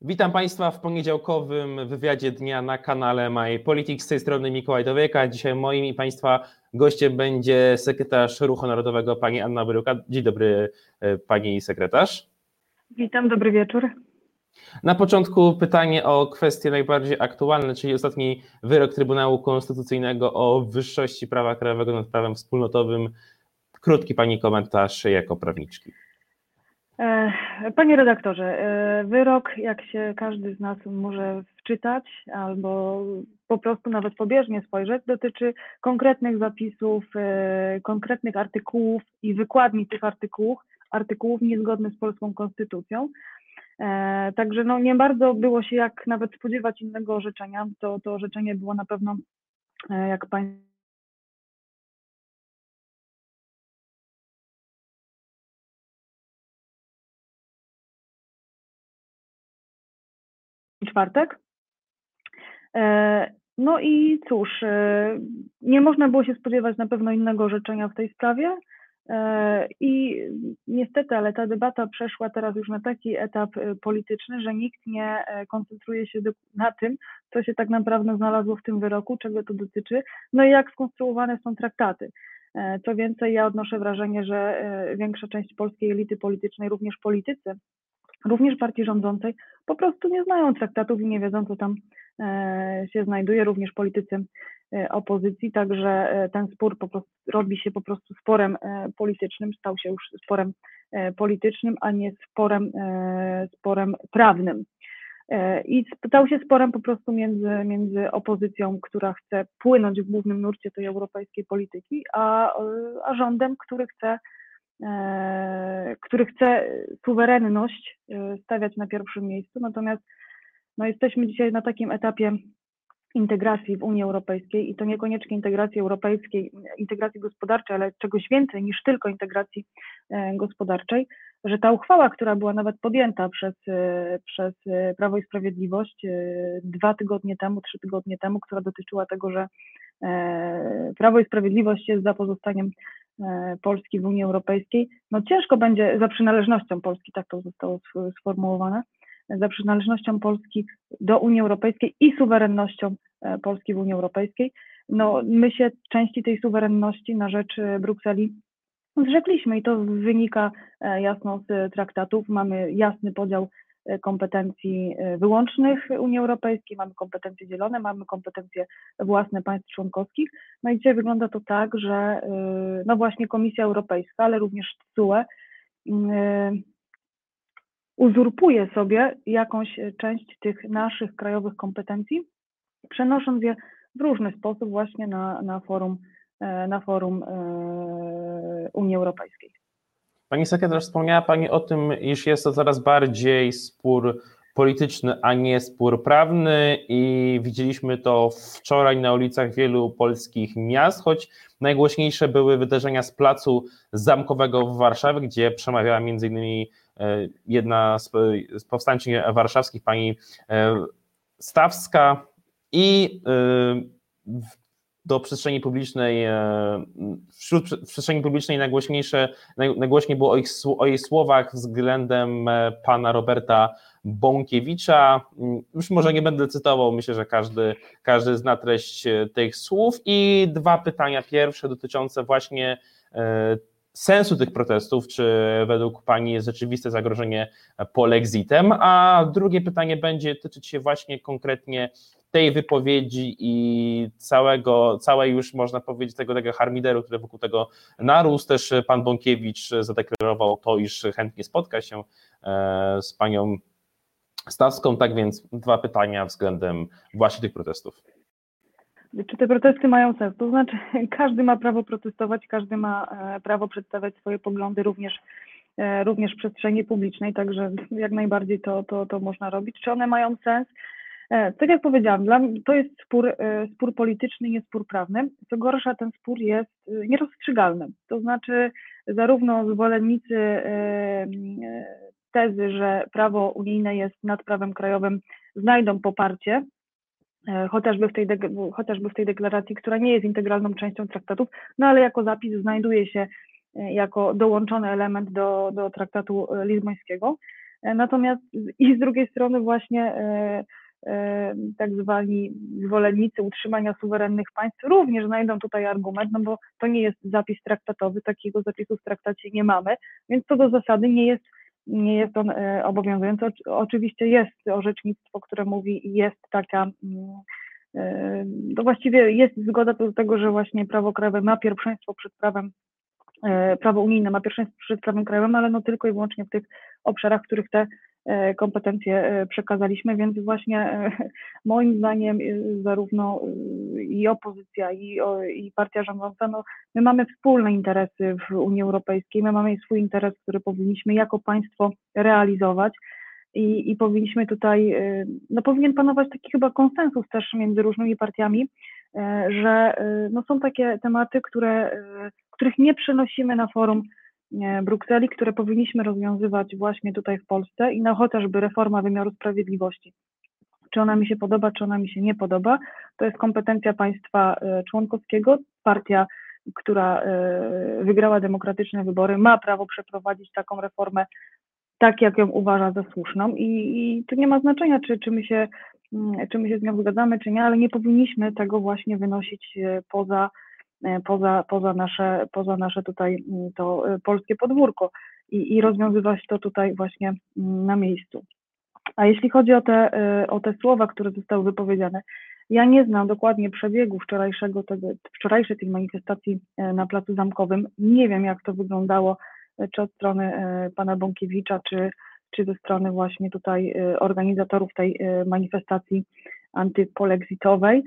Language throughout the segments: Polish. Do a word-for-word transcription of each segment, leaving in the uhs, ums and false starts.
Witam Państwa w poniedziałkowym wywiadzie dnia na kanale My Politics. Z tej strony Mikołaj Dowieka. Dzisiaj moim i Państwa gościem będzie sekretarz Ruchu Narodowego pani Anna Bryłka. Dzień dobry Pani sekretarz. Witam, dobry wieczór. Na początku pytanie o kwestie najbardziej aktualne, czyli ostatni wyrok Trybunału Konstytucyjnego o wyższości prawa krajowego nad prawem wspólnotowym. Krótki Pani komentarz jako prawniczki. Panie redaktorze, wyrok, jak się każdy z nas może wczytać albo po prostu nawet pobieżnie spojrzeć, dotyczy konkretnych zapisów, konkretnych artykułów i wykładni tych artykułów, artykułów niezgodnych z polską konstytucją. Także no nie bardzo było się jak nawet spodziewać innego orzeczenia. To, to orzeczenie było na pewno, jak Państwo czwartek. No i cóż, nie można było się spodziewać na pewno innego orzeczenia w tej sprawie i niestety, ale ta debata przeszła teraz już na taki etap polityczny, że nikt nie koncentruje się na tym, co się tak naprawdę znalazło w tym wyroku, czego to dotyczy, no i jak skonstruowane są traktaty. Co więcej, ja odnoszę wrażenie, że większa część polskiej elity politycznej, również politycy, również partii rządzącej, po prostu nie znają traktatów i nie wiedzą, co tam się znajduje, również politycy opozycji, także ten spór po prostu robi się po prostu sporem politycznym, stał się już sporem politycznym, a nie sporem, sporem prawnym. I stał się sporem po prostu między, między opozycją, która chce płynąć w głównym nurcie tej europejskiej polityki, a, a rządem, który chce który chce suwerenność stawiać na pierwszym miejscu, natomiast no, jesteśmy dzisiaj na takim etapie integracji w Unii Europejskiej i to niekoniecznie integracji europejskiej, integracji gospodarczej, ale czegoś więcej niż tylko integracji gospodarczej, że ta uchwała, która była nawet podjęta przez, przez Prawo i Sprawiedliwość dwa tygodnie temu, trzy tygodnie temu, która dotyczyła tego, że Prawo i Sprawiedliwość jest za pozostaniem Polski w Unii Europejskiej, no ciężko będzie za przynależnością Polski, tak to zostało sformułowane, za przynależnością Polski do Unii Europejskiej i suwerennością Polski w Unii Europejskiej. No my się części tej suwerenności na rzecz Brukseli zrzekliśmy i to wynika jasno z traktatów. Mamy jasny podział kompetencji wyłącznych Unii Europejskiej, mamy kompetencje dzielone, mamy kompetencje własne państw członkowskich. No i dzisiaj wygląda to tak, że no właśnie Komisja Europejska, ale również T S U E uzurpuje sobie jakąś część tych naszych krajowych kompetencji, przenosząc je w różny sposób właśnie na, na forum, na forum Unii Europejskiej. Pani sekretarz, wspomniała Pani o tym, iż jest to coraz bardziej spór polityczny, a nie spór prawny i widzieliśmy to wczoraj na ulicach wielu polskich miast, choć najgłośniejsze były wydarzenia z Placu Zamkowego w Warszawie, gdzie przemawiała między innymi jedna z powstańczyń warszawskich, pani Stawska, i do przestrzeni publicznej, wśród przestrzeni publicznej najgłośniejsze, najgłośniej było o, ich, o jej słowach względem pana Roberta Bąkiewicza. Już może nie będę cytował, myślę, że każdy, każdy zna treść tych słów. I dwa pytania. Pierwsze dotyczące właśnie sensu tych protestów, czy według Pani jest rzeczywiste zagrożenie polexitem, a drugie pytanie będzie dotyczyć się właśnie konkretnie tej wypowiedzi i całego, całej już można powiedzieć tego, tego harmideru, który wokół tego narósł. Też pan Bąkiewicz zadeklarował to, iż chętnie spotka się z panią Stawską, tak więc dwa pytania względem właśnie tych protestów. Czy te protesty mają sens? To znaczy każdy ma prawo protestować, każdy ma prawo przedstawiać swoje poglądy również, również w przestrzeni publicznej, także jak najbardziej to, to, to można robić. Czy one mają sens? Tak jak powiedziałam, dla mnie to jest spór, spór polityczny, nie spór prawny. Co gorsza, ten spór jest nierozstrzygalny. To znaczy zarówno zwolennicy tezy, że prawo unijne jest nad prawem krajowym, znajdą poparcie, chociażby w tej, chociażby w tej deklaracji, która nie jest integralną częścią traktatów, no ale jako zapis znajduje się jako dołączony element do, do traktatu lizbońskiego. Natomiast i z drugiej strony właśnie tak zwani zwolennicy utrzymania suwerennych państw również znajdą tutaj argument, no bo to nie jest zapis traktatowy, takiego zapisu w traktacie nie mamy, więc co do zasady nie jest, nie jest on obowiązujący. Oczywiście jest orzecznictwo, które mówi, jest taka, to właściwie jest zgoda do tego, że właśnie prawo krajowe ma pierwszeństwo przed prawem, prawo unijne ma pierwszeństwo przed prawem krajowym, ale no tylko i wyłącznie w tych obszarach, w których te kompetencje przekazaliśmy, więc właśnie moim zdaniem zarówno i opozycja, i, i partia rządząca, no my mamy wspólne interesy w Unii Europejskiej, my mamy swój interes, który powinniśmy jako państwo realizować i, i powinniśmy tutaj, no powinien panować taki chyba konsensus też między różnymi partiami, że no są takie tematy, które, których nie przenosimy na forum Brukseli, które powinniśmy rozwiązywać właśnie tutaj w Polsce i no chociażby reforma wymiaru sprawiedliwości. Czy ona mi się podoba, czy ona mi się nie podoba, to jest kompetencja państwa członkowskiego. Partia, która wygrała demokratyczne wybory, ma prawo przeprowadzić taką reformę tak, jak ją uważa za słuszną i, i tu nie ma znaczenia, czy, czy, my się, czy my się z nią zgadzamy, czy nie, ale nie powinniśmy tego właśnie wynosić poza Poza, poza, nasze, poza nasze tutaj to polskie podwórko i, i rozwiązywać to tutaj właśnie na miejscu. A jeśli chodzi o te, o te słowa, które zostały wypowiedziane, ja nie znam dokładnie przebiegu wczorajszego tego, wczorajszej tej manifestacji na Placu Zamkowym. Nie wiem, jak to wyglądało, czy od strony pana Bąkiewicza, czy, czy ze strony właśnie tutaj organizatorów tej manifestacji antypolexitowej.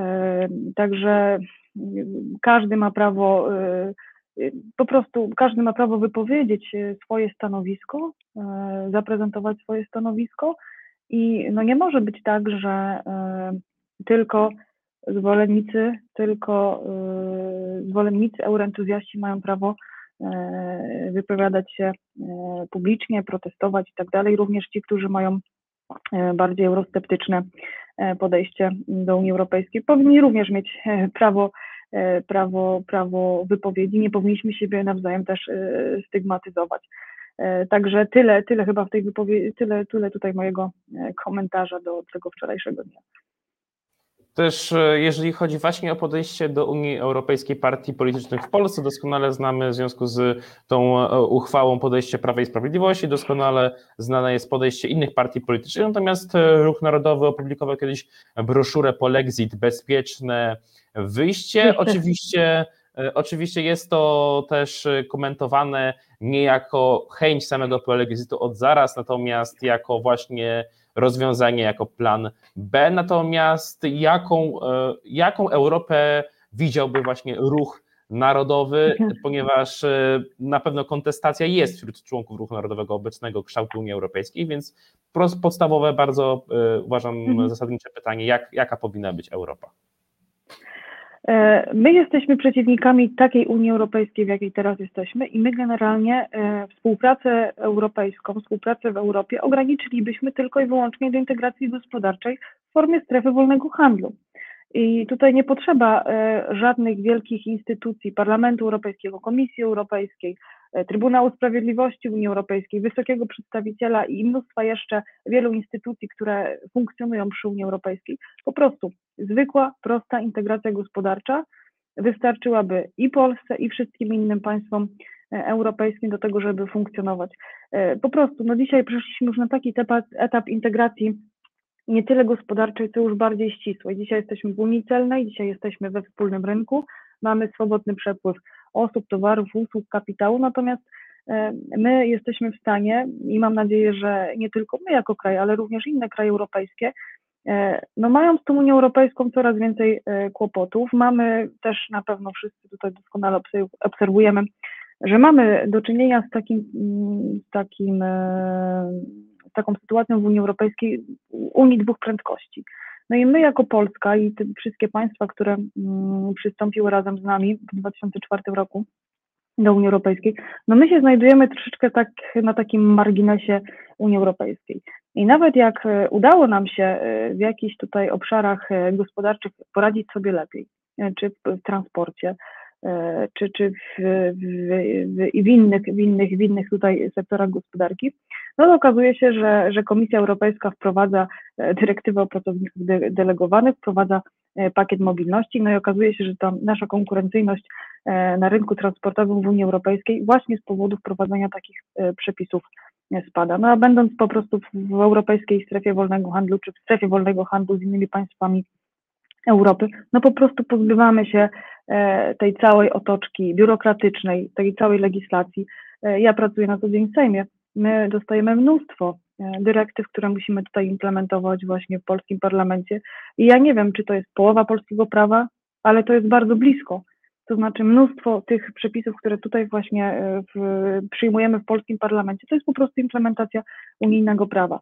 Także każdy ma prawo, po prostu każdy ma prawo wypowiedzieć swoje stanowisko, zaprezentować swoje stanowisko i no nie może być tak, że tylko zwolennicy, tylko zwolennicy, euroentuzjaści mają prawo wypowiadać się publicznie, protestować i tak dalej, również ci, którzy mają bardziej eurosceptyczne podejście do Unii Europejskiej, powinni również mieć prawo, prawo, prawo wypowiedzi, nie powinniśmy siebie nawzajem też stygmatyzować. Także tyle, tyle chyba w tej wypowiedzi, tyle, tyle tutaj mojego komentarza do tego wczorajszego dnia. Też jeżeli chodzi właśnie o podejście do Unii Europejskiej partii politycznych w Polsce, doskonale znamy w związku z tą uchwałą podejście Prawa i Sprawiedliwości, doskonale znane jest podejście innych partii politycznych, natomiast Ruch Narodowy opublikował kiedyś broszurę Polexit, bezpieczne wyjście. Oczywiście, oczywiście jest to też komentowane nie jako chęć samego Polexitu od zaraz, natomiast jako właśnie rozwiązanie, jako plan B, natomiast jaką, jaką Europę widziałby właśnie Ruch Narodowy, ponieważ na pewno kontestacja jest wśród członków Ruchu Narodowego obecnego kształtu Unii Europejskiej, więc podstawowe bardzo uważam mhm. zasadnicze pytanie, jak, jaka powinna być Europa? My jesteśmy przeciwnikami takiej Unii Europejskiej, w jakiej teraz jesteśmy i my generalnie współpracę europejską, współpracę w Europie ograniczylibyśmy tylko i wyłącznie do integracji gospodarczej w formie strefy wolnego handlu. I tutaj nie potrzeba żadnych wielkich instytucji, Parlamentu Europejskiego, Komisji Europejskiej, Trybunału Sprawiedliwości Unii Europejskiej, wysokiego przedstawiciela i mnóstwa jeszcze wielu instytucji, które funkcjonują przy Unii Europejskiej. Po prostu zwykła, prosta integracja gospodarcza wystarczyłaby i Polsce, i wszystkim innym państwom europejskim do tego, żeby funkcjonować. Po prostu, no dzisiaj przeszliśmy już na taki etap, etap integracji nie tyle gospodarczej, co już bardziej ścisłej. Dzisiaj jesteśmy w Unii Celnej, dzisiaj jesteśmy we wspólnym rynku, mamy swobodny przepływ osób, towarów, usług, kapitału, natomiast my jesteśmy w stanie i mam nadzieję, że nie tylko my jako kraj, ale również inne kraje europejskie, no mają z tą Unią Europejską coraz więcej kłopotów. Mamy też na pewno wszyscy tutaj doskonale obserwujemy, że mamy do czynienia z takim, z takim z taką sytuacją w Unii Europejskiej, Unii dwóch prędkości. No i my jako Polska i te wszystkie państwa, które mm, przystąpiły razem z nami w dwa tysiące czwartym roku do Unii Europejskiej, no my się znajdujemy troszeczkę tak na takim marginesie Unii Europejskiej. I nawet jak udało nam się w jakichś tutaj obszarach gospodarczych poradzić sobie lepiej, czy w, w transporcie, czy, czy w, w, w, w, innych, w, innych, w innych tutaj sektorach gospodarki, no to okazuje się, że, że Komisja Europejska wprowadza dyrektywę o pracownikach de, delegowanych, wprowadza pakiet mobilności, no i okazuje się, że ta nasza konkurencyjność na rynku transportowym w Unii Europejskiej właśnie z powodu wprowadzenia takich przepisów spada. No a będąc po prostu w europejskiej strefie wolnego handlu, czy w strefie wolnego handlu z innymi państwami Europy, no po prostu pozbywamy się tej całej otoczki biurokratycznej, tej całej legislacji. Ja pracuję na co dzień w Sejmie. My dostajemy mnóstwo dyrektyw, które musimy tutaj implementować właśnie w polskim parlamencie i ja nie wiem, czy to jest połowa polskiego prawa, ale to jest bardzo blisko. To znaczy mnóstwo tych przepisów, które tutaj właśnie w, przyjmujemy w polskim parlamencie, to jest po prostu implementacja unijnego prawa.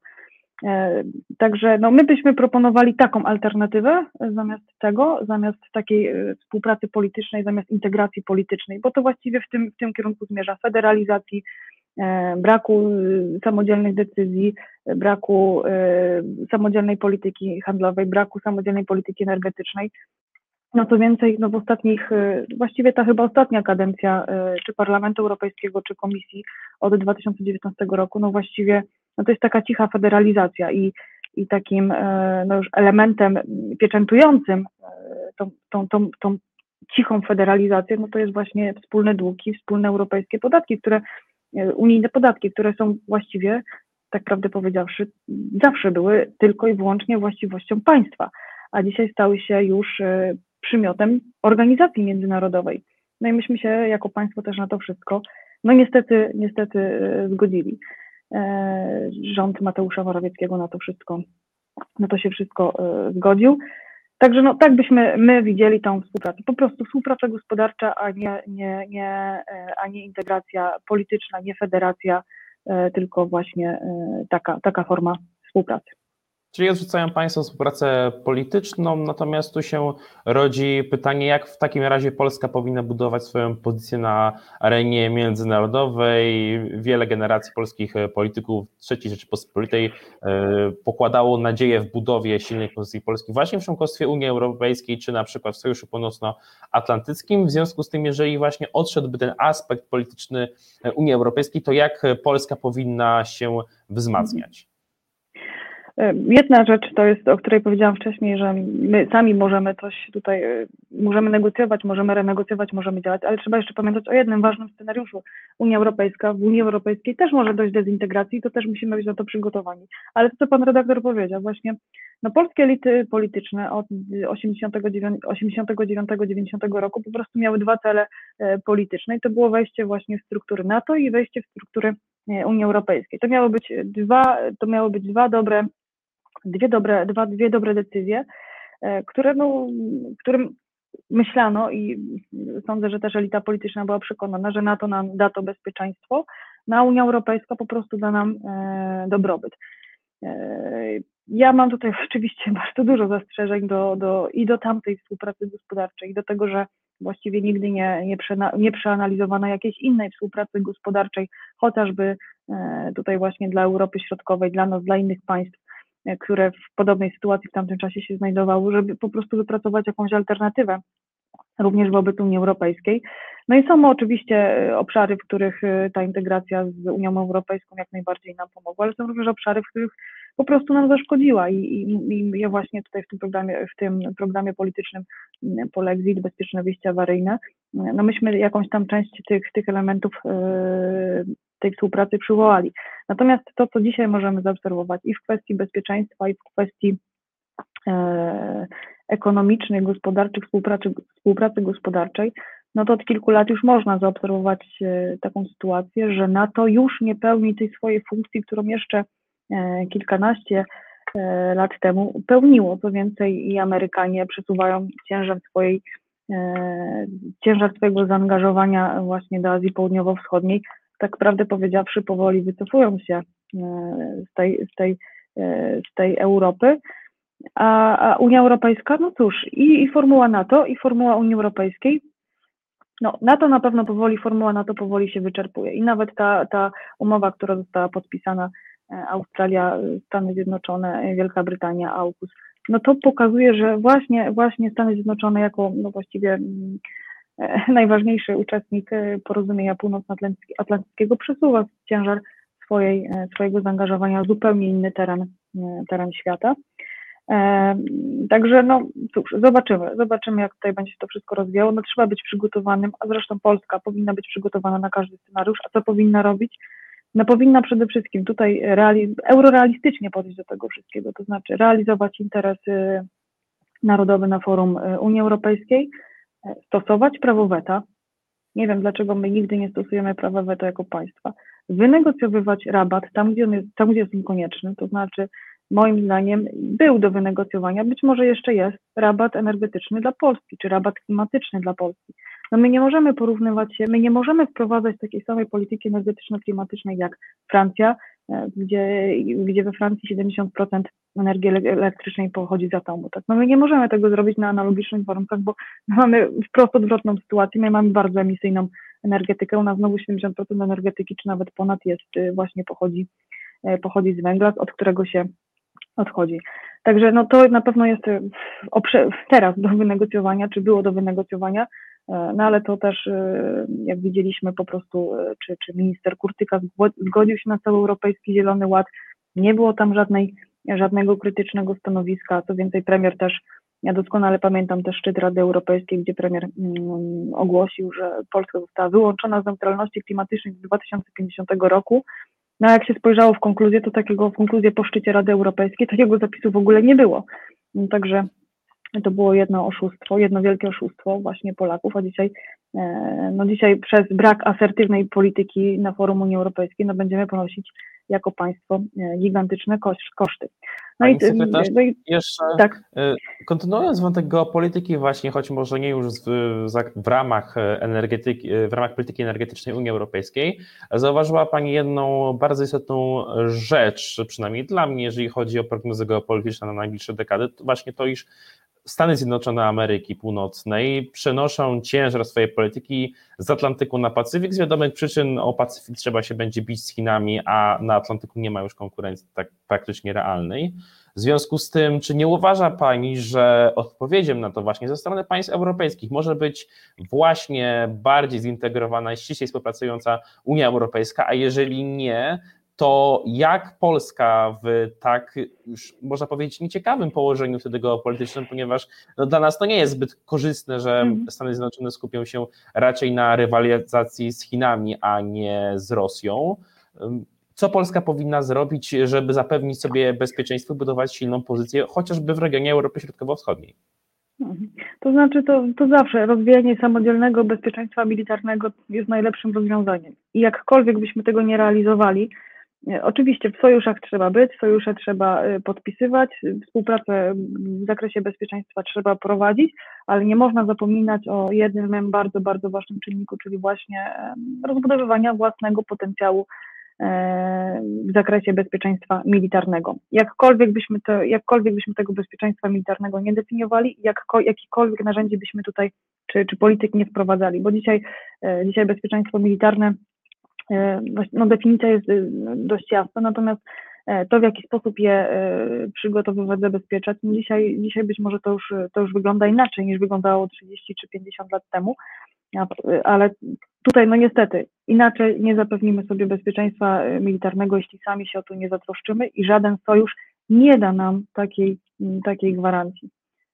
Także no, my byśmy proponowali taką alternatywę zamiast tego, zamiast takiej współpracy politycznej, zamiast integracji politycznej, bo to właściwie w tym, w tym kierunku zmierza, federalizacji, braku samodzielnych decyzji, braku samodzielnej polityki handlowej, braku samodzielnej polityki energetycznej. No co więcej, no w ostatnich, właściwie ta chyba ostatnia kadencja czy Parlamentu Europejskiego, czy Komisji od dwa tysiące dziewiętnastego roku, no właściwie no to jest taka cicha federalizacja i, i takim no już elementem pieczętującym tą, tą, tą, tą cichą federalizację, no to jest właśnie wspólne długi, wspólne europejskie podatki, które, unijne podatki, które są właściwie, tak prawdę powiedziawszy, zawsze były tylko i wyłącznie właściwością państwa, a dzisiaj stały się już przymiotem organizacji międzynarodowej. No i myśmy się jako państwo też na to wszystko, no niestety, niestety zgodzili. Rząd Mateusza Morawieckiego na to wszystko, na to się wszystko zgodził. Także no tak byśmy my widzieli tą współpracę. Po prostu współpraca gospodarcza, a nie, nie, nie, a nie integracja polityczna, nie federacja, tylko właśnie taka, taka forma współpracy. Czyli odrzucają Państwo współpracę polityczną, natomiast tu się rodzi pytanie, jak w takim razie Polska powinna budować swoją pozycję na arenie międzynarodowej. Wiele generacji polskich polityków trzeciej Rzeczypospolitej pokładało nadzieję w budowie silnej pozycji Polski właśnie w członkostwie Unii Europejskiej, czy na przykład w Sojuszu Północnoatlantyckim. W związku z tym, jeżeli właśnie odszedłby ten aspekt polityczny Unii Europejskiej, to jak Polska powinna się wzmacniać? Jedna rzecz to jest, o której powiedziałam wcześniej, że my sami możemy coś tutaj, możemy negocjować, możemy renegocjować, możemy działać, ale trzeba jeszcze pamiętać o jednym ważnym scenariuszu. Unia Europejska, w Unii Europejskiej też może dojść do dezintegracji, to też musimy być na to przygotowani. Ale to, co pan redaktor powiedział, właśnie no, polskie elity polityczne od osiemdziesiątego dziewiątego dziewięćdziesiątego roku po prostu miały dwa cele polityczne i to było wejście właśnie w struktury NATO i wejście w struktury Unii Europejskiej. To miało być dwa, to miało być dwa dobre Dwie dobre, dwa, dwie dobre decyzje, które, no, którym myślano i sądzę, że też elita polityczna była przekonana, że NATO nam da to bezpieczeństwo, no a Unia Europejska po prostu da nam e, dobrobyt. E, ja mam tutaj oczywiście bardzo dużo zastrzeżeń do, do, i do tamtej współpracy gospodarczej, i do tego, że właściwie nigdy nie, nie, przena, nie przeanalizowano jakiejś innej współpracy gospodarczej, chociażby e, tutaj właśnie dla Europy Środkowej, dla nas, dla innych państw, które w podobnej sytuacji w tamtym czasie się znajdowały, żeby po prostu wypracować jakąś alternatywę również wobec Unii Europejskiej. No i są oczywiście obszary, w których ta integracja z Unią Europejską jak najbardziej nam pomogła, ale są również obszary, w których po prostu nam zaszkodziła i, i, i ja właśnie tutaj w tym programie, w tym programie politycznym Polexit, bezpieczne wyjście awaryjne, no myśmy jakąś tam część tych, tych elementów yy, tej współpracy przywołali. Natomiast to, co dzisiaj możemy zaobserwować i w kwestii bezpieczeństwa, i w kwestii e, ekonomicznej, gospodarczej, współpracy, współpracy gospodarczej, no to od kilku lat już można zaobserwować e, taką sytuację, że NATO już nie pełni tej swojej funkcji, którą jeszcze e, kilkanaście e, lat temu pełniło. Co więcej, i Amerykanie przesuwają ciężar swojej e, ciężar swojego zaangażowania właśnie do Azji Południowo-Wschodniej, tak prawdę powiedziawszy, powoli wycofują się z tej, z tej, z tej Europy, a, a Unia Europejska, no cóż, i, i formuła NATO, i formuła Unii Europejskiej, no NATO na pewno powoli, formuła NATO powoli się wyczerpuje i nawet ta, ta umowa, która została podpisana, Australia, Stany Zjednoczone, Wielka Brytania, AUKUS, no to pokazuje, że właśnie, właśnie Stany Zjednoczone jako no właściwie najważniejszy uczestnik porozumienia północnoatlantyckiego przesuwa ciężar swojej, swojego zaangażowania zupełnie inny teren, teren świata. Także no cóż, zobaczymy, zobaczymy jak tutaj będzie się to wszystko rozwijało. No trzeba być przygotowanym, a zresztą Polska powinna być przygotowana na każdy scenariusz. A co powinna robić? No powinna przede wszystkim tutaj reali- eurorealistycznie podejść do tego wszystkiego, to znaczy realizować interesy narodowe na forum Unii Europejskiej, stosować prawo weta. Nie wiem, dlaczego my nigdy nie stosujemy prawa weta jako państwa. Wynegocjowywać rabat tam, gdzie on jest, tam, gdzie jest on konieczny, to znaczy moim zdaniem był do wynegocjowania, być może jeszcze jest rabat energetyczny dla Polski, czy rabat klimatyczny dla Polski. No my nie możemy porównywać się, my nie możemy wprowadzać takiej samej polityki energetyczno-klimatycznej jak Francja, gdzie, gdzie we Francji siedemdziesiąt procent energii elektrycznej pochodzi z atomu. Tak? No my nie możemy tego zrobić na analogicznych warunkach, bo mamy wprost odwrotną sytuację, my mamy bardzo emisyjną energetykę, u nas znowu siedemdziesiąt procent energetyki, czy nawet ponad jest, właśnie pochodzi, pochodzi z węgla, od którego się odchodzi. Także no to na pewno jest teraz do wynegocjowania, czy było do wynegocjowania, no ale to też, jak widzieliśmy po prostu, czy, czy minister Kurtyka zgodził się na cały Europejski Zielony Ład, nie było tam żadnej, żadnego krytycznego stanowiska, co więcej premier też, ja doskonale pamiętam też szczyt Rady Europejskiej, gdzie premier um, ogłosił, że Polska została wyłączona z neutralności klimatycznej do dwa tysiące pięćdziesiątego roku. No a jak się spojrzało w konkluzję, to takiego w konkluzję po szczycie Rady Europejskiej, takiego zapisu w ogóle nie było. No, także to było jedno oszustwo, jedno wielkie oszustwo właśnie Polaków, a dzisiaj, no dzisiaj przez brak asertywnej polityki na forum Unii Europejskiej no będziemy ponosić jako państwo gigantyczne koszty. No Pani i, sekretarz, no i jeszcze tak. kontynuując wątek geopolityki właśnie, choć może nie już w, w ramach energetyki, w ramach polityki energetycznej Unii Europejskiej, zauważyła Pani jedną bardzo istotną rzecz, przynajmniej dla mnie, jeżeli chodzi o prognozy geopolityczne na najbliższe dekady, to właśnie to, iż Stany Zjednoczone Ameryki Północnej przenoszą ciężar swojej polityki z Atlantyku na Pacyfik. Z wiadomych przyczyn o Pacyfik trzeba się będzie bić z Chinami, a na Atlantyku nie ma już konkurencji tak praktycznie realnej. W związku z tym, czy nie uważa Pani, że odpowiedzią na to właśnie ze strony państw europejskich może być właśnie bardziej zintegrowana i ściślej współpracująca Unia Europejska, a jeżeli nie, to jak Polska w tak, już można powiedzieć, nieciekawym położeniu wtedy geopolitycznym, ponieważ no, dla nas to nie jest zbyt korzystne, że Stany Zjednoczone skupią się raczej na rywalizacji z Chinami, a nie z Rosją. Co Polska powinna zrobić, żeby zapewnić sobie bezpieczeństwo, budować silną pozycję, chociażby w regionie Europy Środkowo-Wschodniej? To znaczy, to, to zawsze rozwijanie samodzielnego bezpieczeństwa militarnego jest najlepszym rozwiązaniem. I jakkolwiek byśmy tego nie realizowali, oczywiście w sojuszach trzeba być, sojusze trzeba podpisywać, współpracę w zakresie bezpieczeństwa trzeba prowadzić, ale nie można zapominać o jednym bardzo, bardzo ważnym czynniku, czyli właśnie rozbudowywania własnego potencjału w zakresie bezpieczeństwa militarnego. Jakkolwiek byśmy, to, jakkolwiek byśmy tego bezpieczeństwa militarnego nie definiowali, jakko, jakikolwiek narzędzi byśmy tutaj, czy, czy polityk nie wprowadzali, bo dzisiaj, dzisiaj bezpieczeństwo militarne, no definicja jest dość jasna, natomiast to, w jaki sposób je przygotowywać, zabezpieczać, no dzisiaj, dzisiaj być może to już, to już wygląda inaczej niż wyglądało trzydzieści czy pięćdziesiąt lat temu, ale tutaj no niestety inaczej nie zapewnimy sobie bezpieczeństwa militarnego, jeśli sami się o to nie zatroszczymy i żaden sojusz nie da nam takiej, takiej gwarancji.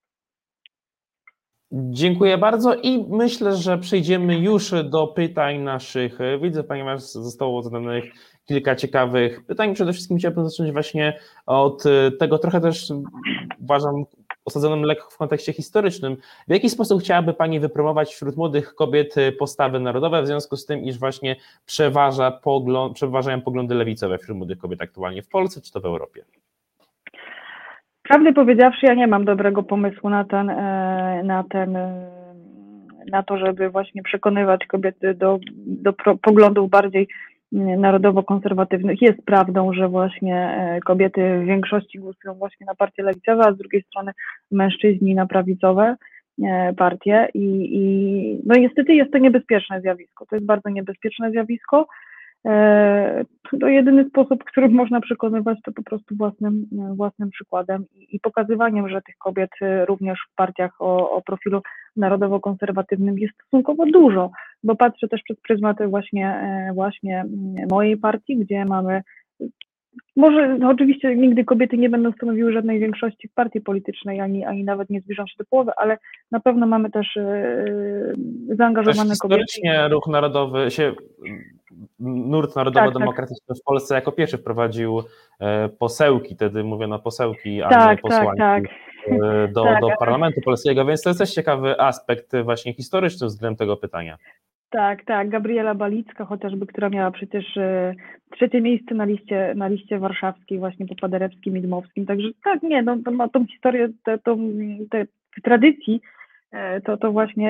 Dziękuję bardzo i myślę, że przejdziemy już do pytań naszych widzów, ponieważ zostało zadanych kilka ciekawych pytań. Przede wszystkim chciałbym zacząć właśnie od tego, trochę też uważam osadzonym lekko w kontekście historycznym. W jaki sposób chciałaby Pani wypromować wśród młodych kobiet postawy narodowe, w związku z tym, iż właśnie przeważa pogląd, przeważają poglądy lewicowe wśród młodych kobiet aktualnie w Polsce czy to w Europie? Prawdę powiedziawszy, ja nie mam dobrego pomysłu na ten, na ten, na to, żeby właśnie przekonywać kobiety do, do poglądów bardziej narodowo-konserwatywnych. Jest prawdą, że właśnie kobiety w większości głosują właśnie na partie lewicowe, a z drugiej strony mężczyźni na prawicowe partie i, i no niestety jest to niebezpieczne zjawisko. To jest bardzo niebezpieczne zjawisko. To jedyny sposób, w którym można przekonywać, to po prostu własnym, własnym przykładem i, i pokazywaniem, że tych kobiet również w partiach o, o profilu narodowo-konserwatywnym jest stosunkowo dużo, bo patrzę też przez pryzmat właśnie, właśnie mojej partii, gdzie mamy, może no oczywiście nigdy kobiety nie będą stanowiły żadnej większości w partii politycznej, ani, ani nawet nie zbliżą się do połowy, ale na pewno mamy też yy, zaangażowane też kobiety. historycznie ruch narodowy się, nurt narodowo-demokratyczny tak, tak. w Polsce jako pierwszy wprowadził posełki, wtedy mówiono posełki, a tak, nie posłanki tak, tak. do, tak, do parlamentu polskiego, więc to jest też ciekawy aspekt właśnie historyczny względem tego pytania. Tak, tak, Gabriela Balicka chociażby, która miała przecież e, trzecie miejsce na liście, na liście warszawskiej właśnie po Paderewskim i Dmowskim, także tak, nie, no, to ma tą historię, te, tą, te tradycji, e, to, to właśnie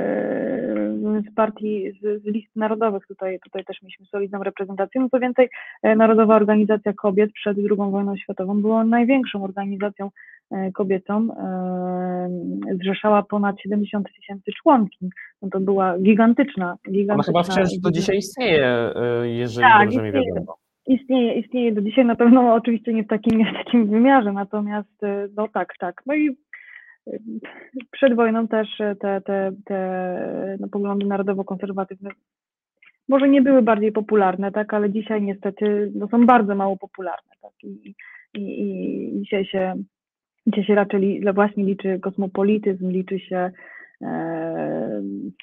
e, z partii, z, z list narodowych, tutaj, tutaj też mieliśmy solidną reprezentację, no co więcej, e, Narodowa Organizacja Kobiet przed drugą wojną światową była największą organizacją kobietą, e, zrzeszała ponad siedemdziesiąt tysięcy członkiń. No to była gigantyczna, gigantyczna... Ona chyba wciąż do dzisiaj istnieje, jeżeli tak, dobrze istnieje, mi wiadomo. Istnieje, istnieje do dzisiaj, na pewno oczywiście nie w takim, nie w takim wymiarze, natomiast no tak, tak. No i przed wojną też te, te, te no, poglądy narodowo-konserwatywne może nie były bardziej popularne, tak, ale dzisiaj niestety no, są bardzo mało popularne, tak, i, i, i dzisiaj się Dzisiaj się raczej li, właśnie liczy kosmopolityzm, liczy się e,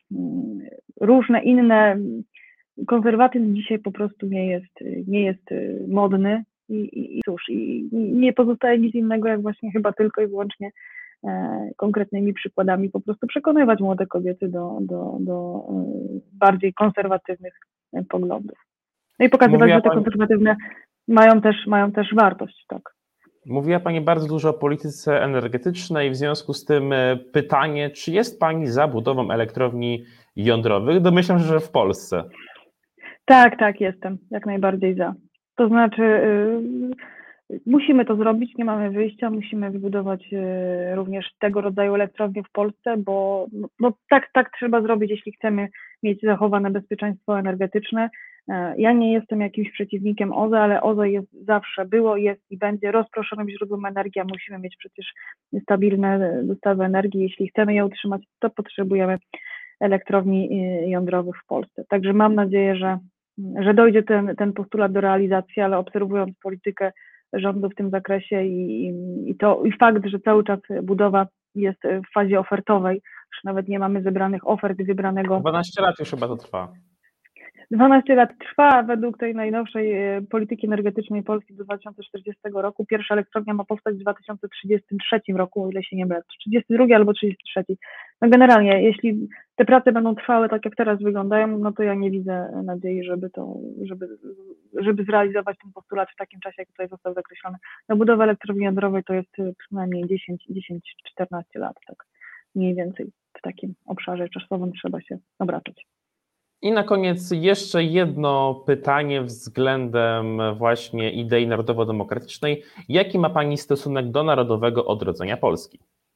różne inne. Konserwatyzm dzisiaj po prostu nie jest, nie jest modny i, i, i cóż, i nie pozostaje nic innego, jak właśnie chyba tylko i wyłącznie e, konkretnymi przykładami po prostu przekonywać młode kobiety do, do, do e, bardziej konserwatywnych poglądów. No i pokazywać, Mówiła że te pani... konserwatywne mają też, mają też wartość, tak. Mówiła Pani bardzo dużo o polityce energetycznej, w związku z tym pytanie, czy jest Pani za budową elektrowni jądrowych? Domyślam się, że w Polsce. Tak, tak, jestem, jak najbardziej za. To znaczy yy, musimy to zrobić, nie mamy wyjścia, musimy wybudować yy, również tego rodzaju elektrownie w Polsce, bo no, no tak, tak trzeba zrobić, jeśli chcemy mieć zachowane bezpieczeństwo energetyczne. Ja nie jestem jakimś przeciwnikiem O Z E, ale O Z E jest zawsze, było, jest i będzie rozproszonym źródłem energii, a musimy mieć przecież stabilne dostawy energii. Jeśli chcemy je utrzymać, to potrzebujemy elektrowni jądrowych w Polsce. Także mam nadzieję, że, że dojdzie ten, ten postulat do realizacji, ale obserwując politykę rządu w tym zakresie i, i, to, i fakt, że cały czas budowa jest w fazie ofertowej, już nawet nie mamy zebranych ofert wybranego. dwanaście lat już chyba to trwa. dwanaście lat trwa, według tej najnowszej polityki energetycznej Polski do dwa tysiące czterdziestego roku. Pierwsza elektrownia ma powstać w dwa tysiące trzydziestym trzecim roku, o ile się nie mylę, trzydziesty drugi albo trzydziesty trzeci. No generalnie, jeśli te prace będą trwały tak, jak teraz wyglądają, no to ja nie widzę nadziei, żeby to, żeby, żeby zrealizować ten postulat w takim czasie, jak tutaj został zakreślony. Na budowę elektrowni jądrowej to jest przynajmniej dziesięć czternaście lat, tak mniej więcej w takim obszarze czasowym trzeba się obracać. I na koniec jeszcze jedno pytanie względem właśnie idei narodowo-demokratycznej. Jaki ma Pani stosunek do Narodowego Odrodzenia Polski?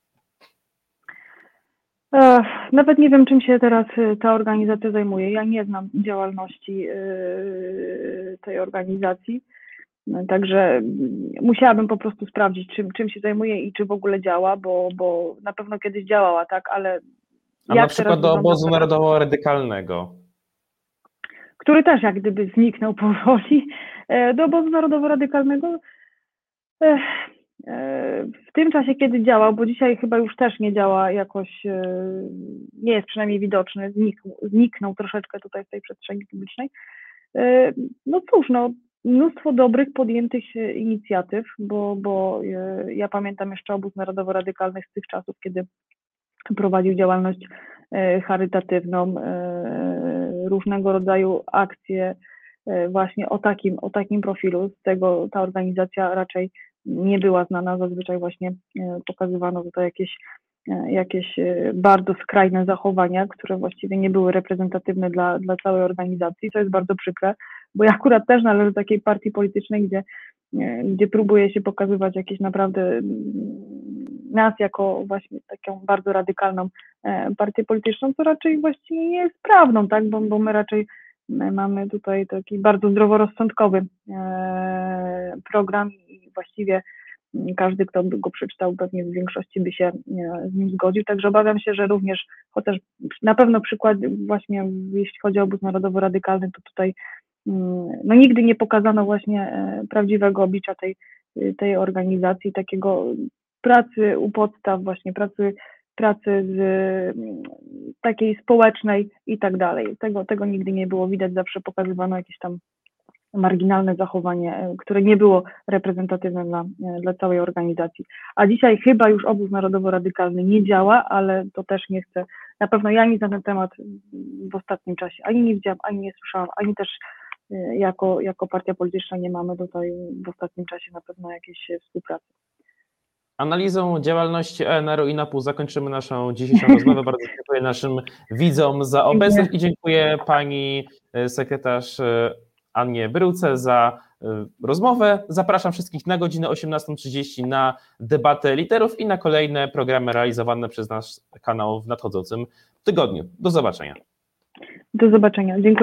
Ech, nawet nie wiem, czym się teraz ta organizacja zajmuje. Ja nie znam działalności yy, tej organizacji, także musiałabym po prostu sprawdzić, czym, czym się zajmuje i czy w ogóle działa, bo, bo na pewno kiedyś działała, tak, ale A na przykład do obozu narodowo-radykalnego? Który też jak gdyby zniknął powoli, do obozu narodowo-radykalnego. W tym czasie, kiedy działał, bo dzisiaj chyba już też nie działa jakoś, nie jest przynajmniej widoczny, zniknął, zniknął troszeczkę tutaj z tej przestrzeni publicznej. No cóż, no, mnóstwo dobrych podjętych inicjatyw, bo, bo ja pamiętam jeszcze obóz narodowo-radykalny z tych czasów, kiedy prowadził działalność charytatywną, różnego rodzaju akcje właśnie o takim, o takim profilu. Z tego ta organizacja raczej nie była znana, zazwyczaj właśnie pokazywano tutaj jakieś, jakieś bardzo skrajne zachowania, które właściwie nie były reprezentatywne dla, dla całej organizacji, co jest bardzo przykre, bo ja akurat też należę do takiej partii politycznej, gdzie, gdzie próbuje się pokazywać jakieś naprawdę nas jako właśnie taką bardzo radykalną partię polityczną, co raczej właściwie nie jest prawdą, tak, bo, bo my raczej mamy tutaj taki bardzo zdroworozsądkowy program i właściwie każdy, kto by go przeczytał, pewnie w większości by się z nim zgodził, także obawiam się, że również, chociaż na pewno przykład właśnie jeśli chodzi o obóz narodowo-radykalny, to tutaj no nigdy nie pokazano właśnie prawdziwego oblicza tej, tej organizacji, takiego pracy u podstaw, właśnie pracy, pracy z, takiej społecznej i tak dalej. Tego, tego nigdy nie było widać, zawsze pokazywano jakieś tam marginalne zachowanie, które nie było reprezentatywne dla, dla całej organizacji. A dzisiaj chyba już obóz narodowo-radykalny nie działa, ale to też nie chcę, na pewno ja nic na ten temat w ostatnim czasie ani nie widziałam, ani nie słyszałam, ani też jako, jako partia polityczna nie mamy tutaj w ostatnim czasie na pewno jakiejś współpracy. Analizą działalności O N R u i N A P u zakończymy naszą dzisiejszą rozmowę. Bardzo dziękuję naszym widzom za obecność i dziękuję pani sekretarz Annie Bryłce za rozmowę. Zapraszam wszystkich na godzinę osiemnastą trzydzieści na debatę liderów i na kolejne programy realizowane przez nasz kanał w nadchodzącym tygodniu. Do zobaczenia. Do zobaczenia. Dziękuję.